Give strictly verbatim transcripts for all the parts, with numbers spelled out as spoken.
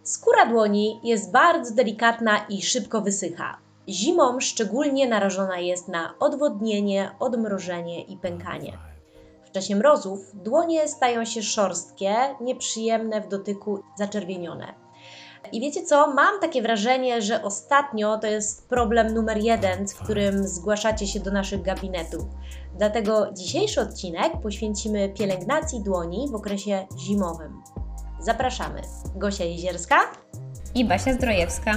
Skóra dłoni jest bardzo delikatna i szybko wysycha. Zimą szczególnie narażona jest na odwodnienie, odmrożenie i pękanie. W czasie mrozów dłonie stają się szorstkie, nieprzyjemne w dotyku, zaczerwienione. I wiecie co? Mam takie wrażenie, że ostatnio to jest problem numer jeden, z którym zgłaszacie się do naszych gabinetów. Dlatego dzisiejszy odcinek poświęcimy pielęgnacji dłoni w okresie zimowym. Zapraszamy. Gosia Jezierska i Basia Zdrojewska.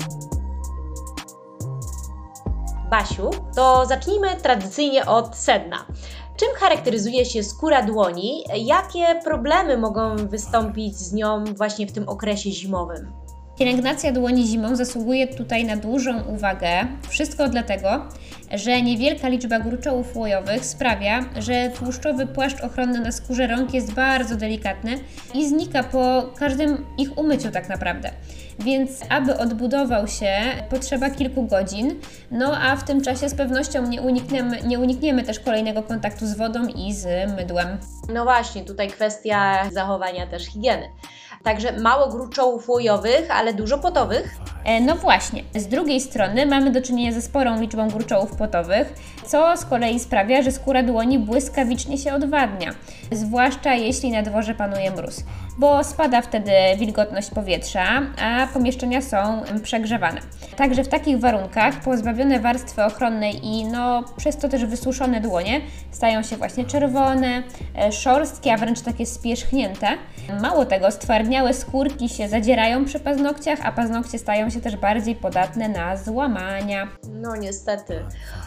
Basiu, to zacznijmy tradycyjnie od sedna. Czym charakteryzuje się skóra dłoni? Jakie problemy mogą wystąpić z nią właśnie w tym okresie zimowym? Pielęgnacja dłoni zimą zasługuje tutaj na dużą uwagę. Wszystko dlatego, że niewielka liczba gruczołów łojowych sprawia, że tłuszczowy płaszcz ochronny na skórze rąk jest bardzo delikatny i znika po każdym ich umyciu tak naprawdę. Więc aby odbudował się, potrzeba kilku godzin, no a w tym czasie z pewnością nie unikniemy, nie unikniemy też kolejnego kontaktu z wodą i z mydłem. No właśnie, tutaj kwestia zachowania też higieny. Także mało gruczołów łojowych, ale dużo potowych. E, no właśnie, z drugiej strony mamy do czynienia ze sporą liczbą gruczołów potowych, co z kolei sprawia, że skóra dłoni błyskawicznie się odwadnia, zwłaszcza jeśli na dworze panuje mróz, bo spada wtedy wilgotność powietrza, a pomieszczenia są przegrzewane. Także w takich warunkach pozbawione warstwy ochronnej i no przez to też wysuszone dłonie stają się właśnie czerwone, szorstkie, a wręcz takie spierzchnięte. Mało tego, stwardniałe skórki się zadzierają przy paznokciach, a paznokcie stają się też bardziej podatne na złamania. No niestety.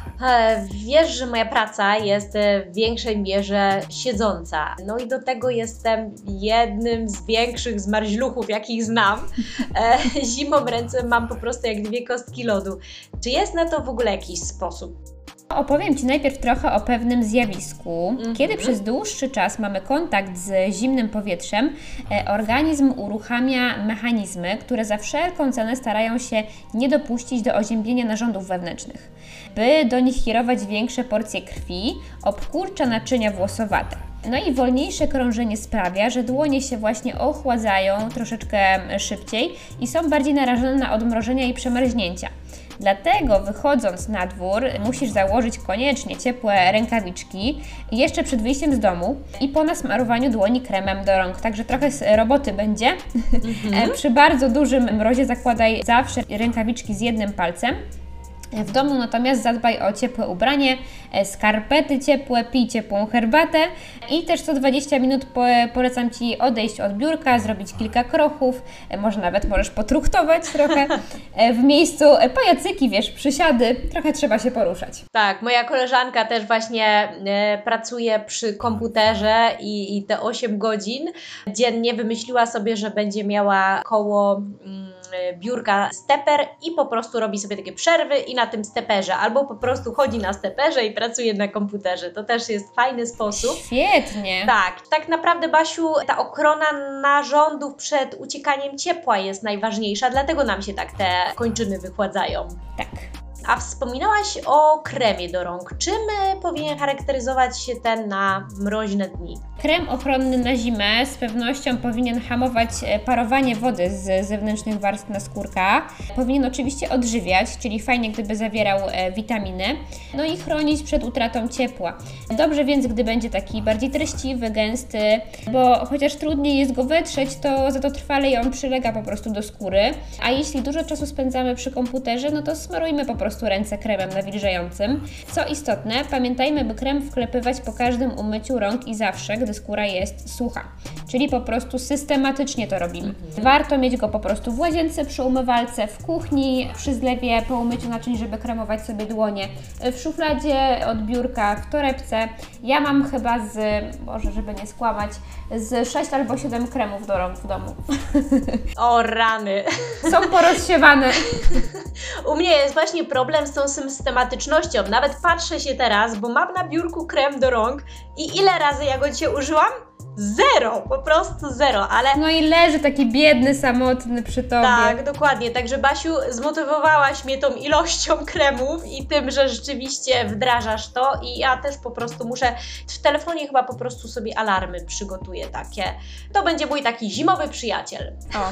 Wiesz, że moja praca jest w większej mierze siedząca. No i do tego jestem jednym z większych zmarzluchów, jakich znam. Zimą ręce mam po prostu jak dwie kostki lodu. Czy jest na to w ogóle jakiś sposób? Opowiem Ci najpierw trochę o pewnym zjawisku. Mm-hmm. Kiedy przez dłuższy czas mamy kontakt z zimnym powietrzem, organizm uruchamia mechanizmy, które za wszelką cenę starają się nie dopuścić do oziębienia narządów wewnętrznych. By do nich kierować większe porcje krwi, obkurcza naczynia włosowate. No i wolniejsze krążenie sprawia, że dłonie się właśnie ochładzają troszeczkę szybciej i są bardziej narażone na odmrożenia i przemarznięcia. Dlatego wychodząc na dwór musisz założyć koniecznie ciepłe rękawiczki jeszcze przed wyjściem z domu i po nasmarowaniu dłoni kremem do rąk. Także trochę roboty będzie. Mm-hmm. Przy bardzo dużym mrozie zakładaj zawsze rękawiczki z jednym palcem. W domu natomiast zadbaj o ciepłe ubranie, skarpety ciepłe, pij ciepłą herbatę i też co dwadzieścia minut polecam Ci odejść od biurka, zrobić kilka kroków, może nawet możesz potruchtować trochę w miejscu, pajacyki, wiesz, przysiady, trochę trzeba się poruszać. Tak, moja koleżanka też właśnie e, pracuje przy komputerze i, i te osiem godzin dziennie wymyśliła sobie, że będzie miała koło mm, biurka steper i po prostu robi sobie takie przerwy i na tym steperze, albo po prostu chodzi na steperze i pracuje na komputerze. To też jest fajny sposób. Świetnie. Tak, tak naprawdę, Basiu, ta ochrona narządów przed uciekaniem ciepła jest najważniejsza, dlatego nam się tak te kończyny wychładzają. Tak. A wspominałaś o kremie do rąk. Czym powinien charakteryzować się ten na mroźne dni? Krem ochronny na zimę z pewnością powinien hamować parowanie wody z zewnętrznych warstw naskórka. Powinien oczywiście odżywiać, czyli fajnie gdyby zawierał witaminy, no i chronić przed utratą ciepła. Dobrze więc, gdy będzie taki bardziej treściwy, gęsty, bo chociaż trudniej jest go wetrzeć, to za to trwalej on przylega po prostu do skóry. A jeśli dużo czasu spędzamy przy komputerze, no to smarujmy po prostu ręce kremem nawilżającym. Co istotne, pamiętajmy, by krem wklepywać po każdym umyciu rąk i zawsze, gdy skóra jest sucha. Czyli po prostu systematycznie to robimy. Mhm. Warto mieć go po prostu w łazience, przy umywalce, w kuchni, przy zlewie, po umyciu naczyń, żeby kremować sobie dłonie, w szufladzie od biurka, w torebce. Ja mam chyba z, może żeby nie skłamać, z sześć albo siedem kremów do rąk w domu. O rany! Są porozsiewane. U mnie jest właśnie problem z tą systematycznością. Nawet patrzę się teraz, bo mam na biurku krem do rąk i ile razy ja go dzisiaj użyłam? Zero, po prostu zero, ale... No i leży taki biedny, samotny przy tobie. Tak, dokładnie. Także Basiu, zmotywowałaś mnie tą ilością kremów i tym, że rzeczywiście wdrażasz to i ja też po prostu muszę, w telefonie chyba po prostu sobie alarmy przygotuję takie. To będzie mój taki zimowy przyjaciel. O.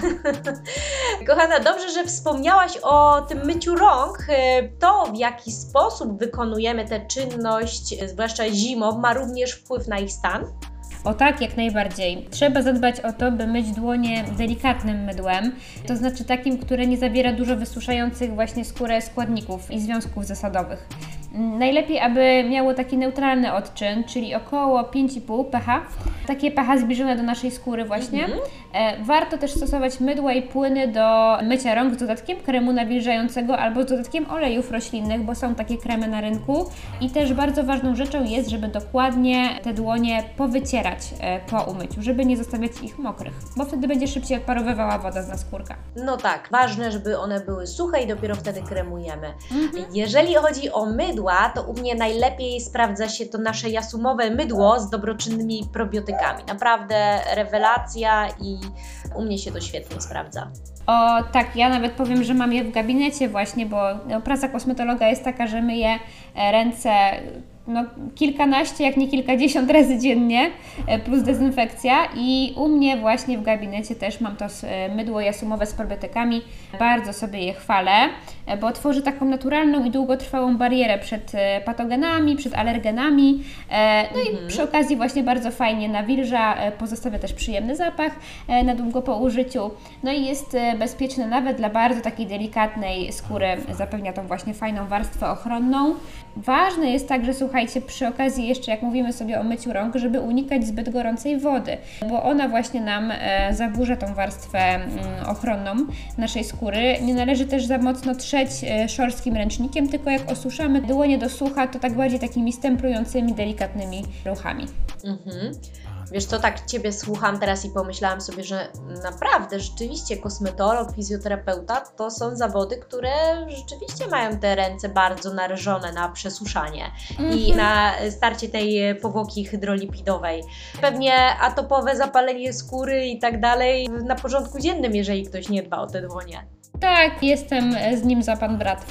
Kochana, dobrze, że wspomniałaś o tym myciu rąk. To, w jaki sposób wykonujemy tę czynność, zwłaszcza zimą, ma również wpływ na ich stan. O tak, jak najbardziej. Trzeba zadbać o to, by myć dłonie delikatnym mydłem, to znaczy takim, które nie zawiera dużo wysuszających właśnie skórę składników i związków zasadowych. Najlepiej, aby miało taki neutralny odczyn, czyli około pięć i pół pH, takie pH zbliżone do naszej skóry właśnie. Mm-hmm. E, warto też stosować mydła i płyny do mycia rąk z dodatkiem kremu nawilżającego albo z dodatkiem olejów roślinnych, bo są takie kremy na rynku. I też bardzo ważną rzeczą jest, żeby dokładnie te dłonie powycierać e, po umyciu, żeby nie zostawiać ich mokrych, bo wtedy będzie szybciej odparowywała woda z naskórka. No tak, ważne, żeby one były suche i dopiero wtedy kremujemy. Mm-hmm. Jeżeli chodzi o mydła, to u mnie najlepiej sprawdza się to nasze jasumowe mydło z dobroczynnymi probiotykami. Naprawdę rewelacja i u mnie się to świetnie sprawdza. O tak, ja nawet powiem, że mam je w gabinecie właśnie, bo no, praca kosmetologa jest taka, że myję ręce no, kilkanaście, jak nie kilkadziesiąt razy dziennie, plus dezynfekcja i u mnie właśnie w gabinecie też mam to mydło jasumowe z probiotykami. Bardzo sobie je chwalę, bo tworzy taką naturalną i długotrwałą barierę przed patogenami, przed alergenami, no i mhm. przy okazji właśnie bardzo fajnie nawilża, pozostawia też przyjemny zapach na długo po użyciu, no i jest bezpieczny nawet dla bardzo takiej delikatnej skóry, zapewnia tą właśnie fajną warstwę ochronną. Ważne jest także, słuchajcie, przy okazji jeszcze jak mówimy sobie o myciu rąk, żeby unikać zbyt gorącej wody, bo ona właśnie nam e, zaburza tą warstwę mm, ochronną naszej skóry. Nie należy też za mocno trzeć e, szorstkim ręcznikiem, tylko jak osuszamy dłonie do sucha, to tak bardziej takimi stemplującymi, delikatnymi ruchami. Mhm. Wiesz co, tak Ciebie słucham teraz i pomyślałam sobie, że naprawdę, rzeczywiście kosmetolog, fizjoterapeuta to są zawody, które rzeczywiście mają te ręce bardzo narażone na przesuszanie mm-hmm. i na starcie tej powłoki hydrolipidowej. Pewnie atopowe zapalenie skóry i tak dalej na porządku dziennym, jeżeli ktoś nie dba o te dłonie. Tak, jestem z nim za pan brat.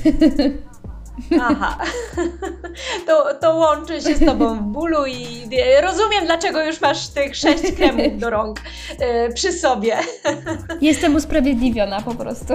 Aha, to, to łączy się z Tobą w bólu i rozumiem, dlaczego już masz tych sześć kremów do rąk yy, przy sobie. Jestem usprawiedliwiona po prostu.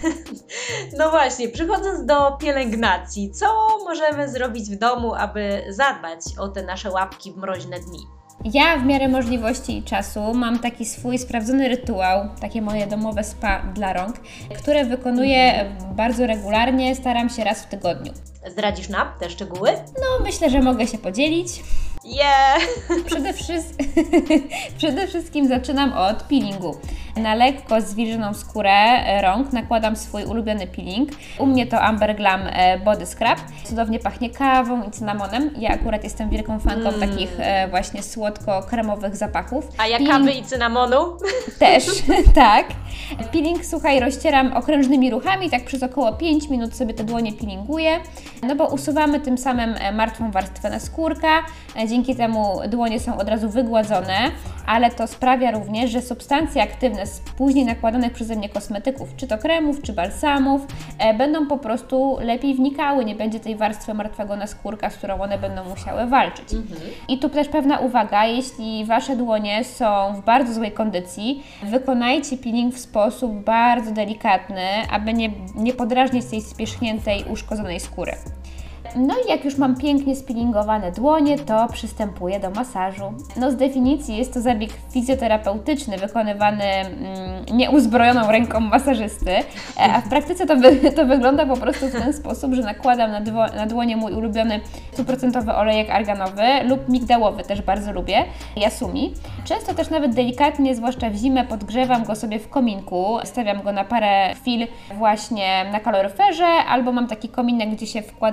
No właśnie, przechodząc do pielęgnacji, co możemy zrobić w domu, aby zadbać o te nasze łapki w mroźne dni? Ja w miarę możliwości i czasu mam taki swój sprawdzony rytuał, takie moje domowe spa dla rąk, które wykonuję bardzo regularnie, staram się raz w tygodniu. Zdradzisz nam te szczegóły? No, myślę, że mogę się podzielić. Yeah. Przede, wszys- Przede wszystkim zaczynam od peelingu. Na lekko zwilżoną skórę rąk nakładam swój ulubiony peeling. U mnie to Amber Glam Body Scrub. Cudownie pachnie kawą i cynamonem. Ja akurat jestem wielką fanką mm. takich właśnie słodko-kremowych zapachów. A ja peeling... kawy i cynamonu? Też, tak. Peeling, słuchaj, rozcieram okrężnymi ruchami, tak przez około pięć minut sobie te dłonie peelinguję, no bo usuwamy tym samym martwą warstwę naskórka. Dzięki temu dłonie są od razu wygładzone, ale to sprawia również, że substancje aktywne z później nakładanych przeze mnie kosmetyków, czy to kremów, czy balsamów, e, będą po prostu lepiej wnikały, nie będzie tej warstwy martwego naskórka, z którą one będą musiały walczyć. Mhm. I tu też pewna uwaga, jeśli Wasze dłonie są w bardzo złej kondycji, wykonajcie peeling w sposób bardzo delikatny, aby nie, nie podrażnić tej spierzchniętej, uszkodzonej skóry. No i jak już mam pięknie spillingowane dłonie, to przystępuję do masażu. No z definicji jest to zabieg fizjoterapeutyczny wykonywany mm, nieuzbrojoną ręką masażysty, a w praktyce to, wy, to wygląda po prostu w ten sposób, że nakładam na, dwo, na dłonie mój ulubiony stuprocentowy olejek arganowy lub migdałowy, też bardzo lubię, Yasumi. Często też nawet delikatnie, zwłaszcza w zimę, podgrzewam go sobie w kominku, stawiam go na parę chwil właśnie na kaloryferze, albo mam taki kominek, gdzie się wkłada taką malutką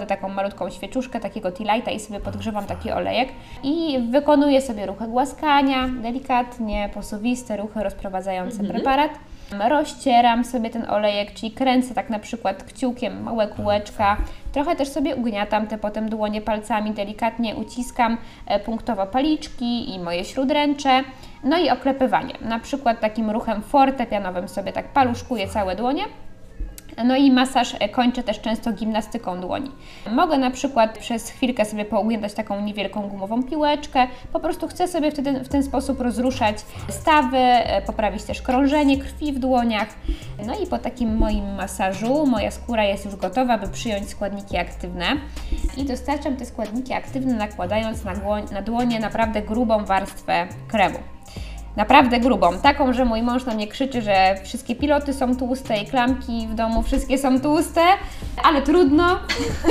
malutką świeczuszkę, takiego tea lighta i sobie podgrzewam taki olejek i wykonuję sobie ruchy głaskania, delikatnie, posuwiste ruchy rozprowadzające mhm. preparat. Rozcieram sobie ten olejek, czyli kręcę tak na przykład kciukiem małe kółeczka, trochę też sobie ugniatam te potem dłonie palcami, delikatnie uciskam punktowo paliczki i moje śródręcze, no i oklepywanie, na przykład takim ruchem fortepianowym sobie tak paluszkuję całe dłonie. No i masaż kończę też często gimnastyką dłoni. Mogę na przykład przez chwilkę sobie pougniatać taką niewielką gumową piłeczkę. Po prostu chcę sobie wtedy w ten sposób rozruszać stawy, poprawić też krążenie krwi w dłoniach. No i po takim moim masażu moja skóra jest już gotowa, by przyjąć składniki aktywne. I dostarczam te składniki aktywne, nakładając na, na dłonie naprawdę grubą warstwę kremu. Naprawdę grubą, taką, że mój mąż na mnie krzyczy, że wszystkie piloty są tłuste i klamki w domu wszystkie są tłuste, ale trudno,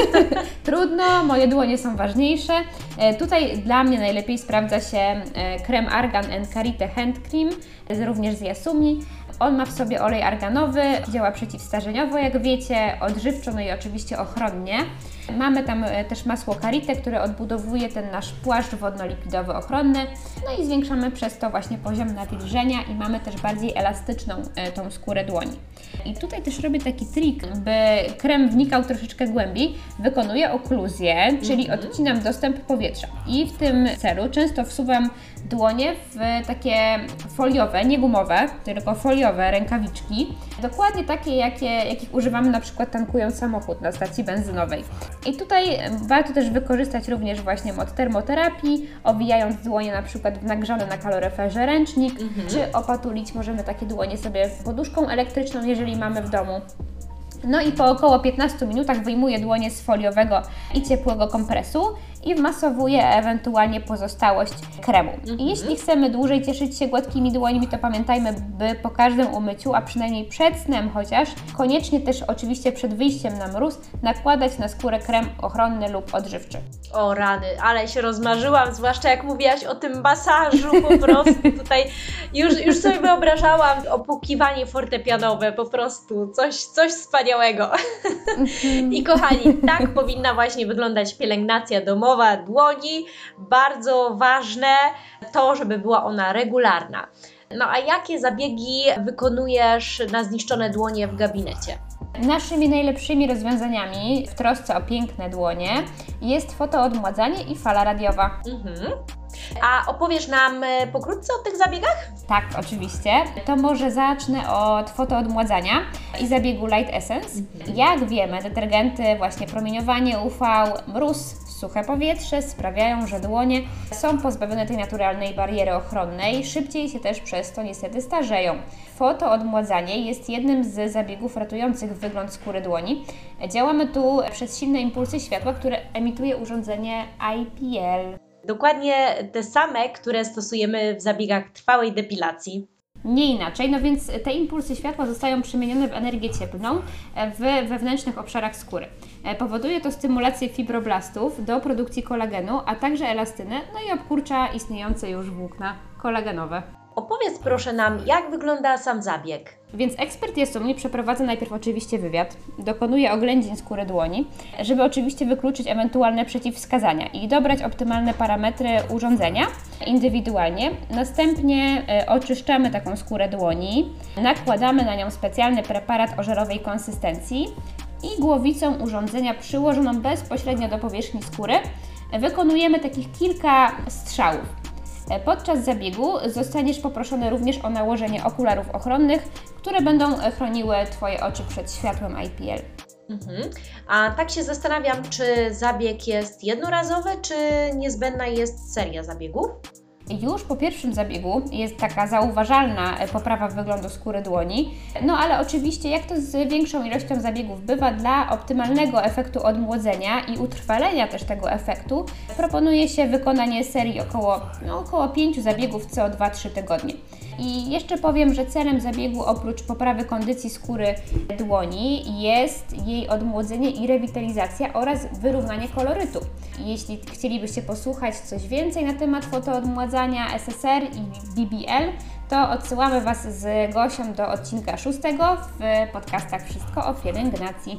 trudno, moje dłonie są ważniejsze. E, tutaj dla mnie najlepiej sprawdza się e, krem Argan and Karité Hand Cream, również z Yasumi. On ma w sobie olej arganowy, działa przeciwstarzeniowo, jak wiecie, odżywczo, no i oczywiście ochronnie. Mamy tam też masło Karité, które odbudowuje ten nasz płaszcz wodno-lipidowy ochronny, no i zwiększamy przez to właśnie poziom nawilżenia i mamy też bardziej elastyczną tą skórę dłoni. I tutaj też robię taki trik, by krem wnikał troszeczkę głębiej, wykonuję okluzję, czyli odcinam dostęp powietrza i w tym celu często wsuwam dłonie w takie foliowe, nie gumowe, tylko foliowe rękawiczki, dokładnie takie, jakie, jakich używamy na przykład tankując samochód na stacji benzynowej. I tutaj warto też wykorzystać również właśnie moc termoterapii, owijając dłonie na przykład w nagrzany na kaloryferze ręcznik, mhm. czy opatulić możemy takie dłonie sobie poduszką elektryczną, jeżeli mamy w domu. No i po około piętnastu minutach wyjmuję dłonie z foliowego i ciepłego kompresu i wmasowuję ewentualnie pozostałość kremu. Mhm. I jeśli chcemy dłużej cieszyć się gładkimi dłońmi, to pamiętajmy, by po każdym umyciu, a przynajmniej przed snem chociaż, koniecznie też oczywiście przed wyjściem na mróz, nakładać na skórę krem ochronny lub odżywczy. O rany, ale się rozmarzyłam, zwłaszcza jak mówiłaś o tym masażu, po prostu tutaj już, już sobie wyobrażałam opukiwanie fortepianowe, po prostu coś, coś wspaniałego. Mhm. I kochani, tak powinna właśnie wyglądać pielęgnacja domowa dłoni. Bardzo ważne to, żeby była ona regularna. No a jakie zabiegi wykonujesz na zniszczone dłonie w gabinecie? Naszymi najlepszymi rozwiązaniami w trosce o piękne dłonie jest fotoodmładzanie i fala radiowa. Mhm. A opowiesz nam pokrótce o tych zabiegach? Tak, oczywiście. To może zacznę od fotoodmładzania i zabiegu Light Essence. Mhm. Jak wiemy, detergenty, właśnie promieniowanie U V, mróz, suche powietrze sprawiają, że dłonie są pozbawione tej naturalnej bariery ochronnej, szybciej się też przez to niestety starzeją. Fotoodmładzanie jest jednym z zabiegów ratujących wygląd skóry dłoni. Działamy tu przez silne impulsy światła, które emituje urządzenie I P L. Dokładnie te same, które stosujemy w zabiegach trwałej depilacji. Nie inaczej, no więc te impulsy światła zostają przemienione w energię cieplną w wewnętrznych obszarach skóry. Powoduje to stymulację fibroblastów do produkcji kolagenu, a także elastyny, no i obkurcza istniejące już włókna kolagenowe. Opowiedz proszę nam, jak wygląda sam zabieg. Więc ekspert Yasumi przeprowadza najpierw oczywiście wywiad, dokonuje oględzin skóry dłoni, żeby oczywiście wykluczyć ewentualne przeciwwskazania i dobrać optymalne parametry urządzenia indywidualnie. Następnie oczyszczamy taką skórę dłoni, nakładamy na nią specjalny preparat o żerowej konsystencji i głowicą urządzenia przyłożoną bezpośrednio do powierzchni skóry wykonujemy takich kilka strzałów. Podczas zabiegu zostaniesz poproszony również o nałożenie okularów ochronnych, które będą chroniły Twoje oczy przed światłem I P L. Mhm. A tak się zastanawiam, czy zabieg jest jednorazowy, czy niezbędna jest seria zabiegów? Już po pierwszym zabiegu jest taka zauważalna poprawa wyglądu skóry dłoni, no ale oczywiście jak to z większą ilością zabiegów bywa, dla optymalnego efektu odmłodzenia i utrwalenia też tego efektu proponuje się wykonanie serii około, no, około pięciu zabiegów co dwa trzy tygodnie. I jeszcze powiem, że celem zabiegu oprócz poprawy kondycji skóry dłoni jest jej odmłodzenie i rewitalizacja oraz wyrównanie kolorytu. Jeśli chcielibyście posłuchać coś więcej na temat fotoodmładzania, S S R i B B L, to odsyłamy Was z Gosią do odcinka szóstego w podcastach Wszystko o pielęgnacji.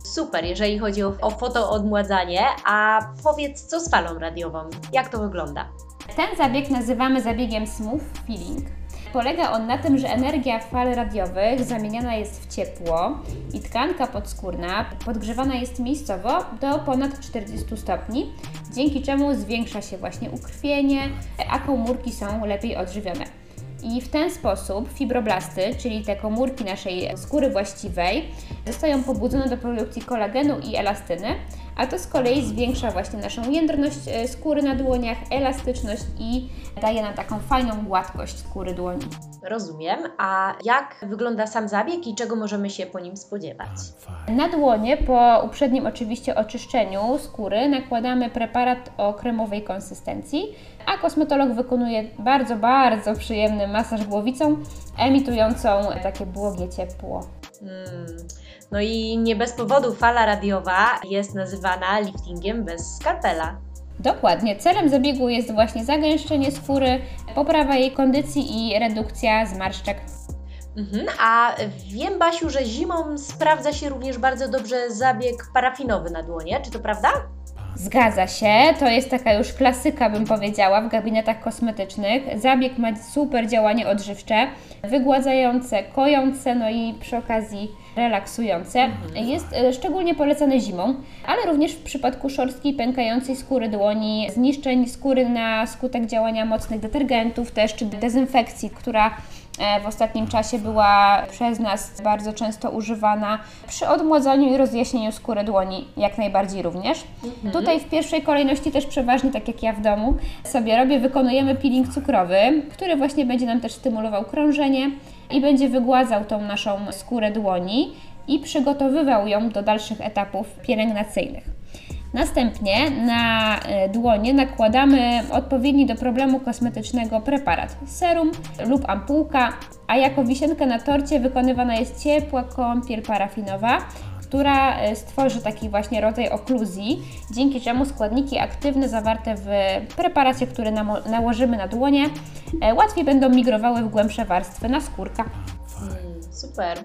Super, jeżeli chodzi o, o fotoodmładzanie, a powiedz, co z falą radiową? Jak to wygląda? Ten zabieg nazywamy zabiegiem Smooth Feeling. Polega on na tym, że energia fal radiowych zamieniana jest w ciepło i tkanka podskórna podgrzewana jest miejscowo do ponad czterdziestu stopni, dzięki czemu zwiększa się właśnie ukrwienie, a komórki są lepiej odżywione. I w ten sposób fibroblasty, czyli te komórki naszej skóry właściwej, zostają pobudzone do produkcji kolagenu i elastyny, a to z kolei zwiększa właśnie naszą jędrność skóry na dłoniach, elastyczność i daje nam taką fajną gładkość skóry dłoni. Rozumiem. A jak wygląda sam zabieg i czego możemy się po nim spodziewać? Na dłonie, po uprzednim oczywiście oczyszczeniu skóry, nakładamy preparat o kremowej konsystencji, a kosmetolog wykonuje bardzo, bardzo przyjemny masaż głowicą, emitującą takie błogie ciepło. Hmm. No i nie bez powodu fala radiowa jest nazywana liftingiem bez skalpela. Dokładnie. Celem zabiegu jest właśnie zagęszczenie skóry, poprawa jej kondycji i redukcja zmarszczek. Mhm. A wiem, Basiu, że zimą sprawdza się również bardzo dobrze zabieg parafinowy na dłonie. Czy to prawda? Zgadza się, to jest taka już klasyka, bym powiedziała, w gabinetach kosmetycznych. Zabieg ma super działanie odżywcze, wygładzające, kojące, no i przy okazji relaksujące. Jest szczególnie polecany zimą, ale również w przypadku szorstkiej, pękającej skóry dłoni, zniszczeń skóry na skutek działania mocnych detergentów też, czy dezynfekcji, która w ostatnim czasie była przez nas bardzo często używana przy odmładzaniu i rozjaśnieniu skóry dłoni, jak najbardziej również. Mhm. Tutaj w pierwszej kolejności też przeważnie, tak jak ja w domu sobie robię, wykonujemy peeling cukrowy, który właśnie będzie nam też stymulował krążenie i będzie wygładzał tą naszą skórę dłoni i przygotowywał ją do dalszych etapów pielęgnacyjnych. Następnie na dłonie nakładamy odpowiedni do problemu kosmetycznego preparat, serum lub ampułka, a jako wisienka na torcie wykonywana jest ciepła kąpiel parafinowa, która stworzy taki właśnie rodzaj okluzji, dzięki czemu składniki aktywne zawarte w preparacie, który nałożymy na dłonie, łatwiej będą migrowały w głębsze warstwy naskórka. Super.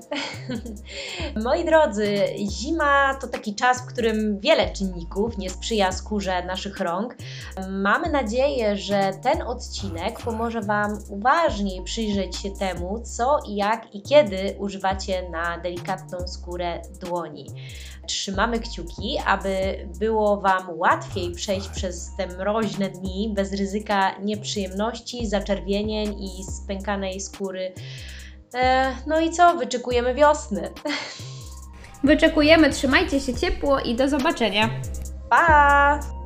Moi drodzy, zima to taki czas, w którym wiele czynników nie sprzyja skórze naszych rąk. Mamy nadzieję, że ten odcinek pomoże Wam uważniej przyjrzeć się temu, co i jak i kiedy używacie na delikatną skórę dłoni. Trzymamy kciuki, aby było Wam łatwiej przejść przez te mroźne dni bez ryzyka nieprzyjemności, zaczerwienień i spękanej skóry. No i co? Wyczekujemy wiosny. Wyczekujemy, trzymajcie się ciepło i do zobaczenia. Pa!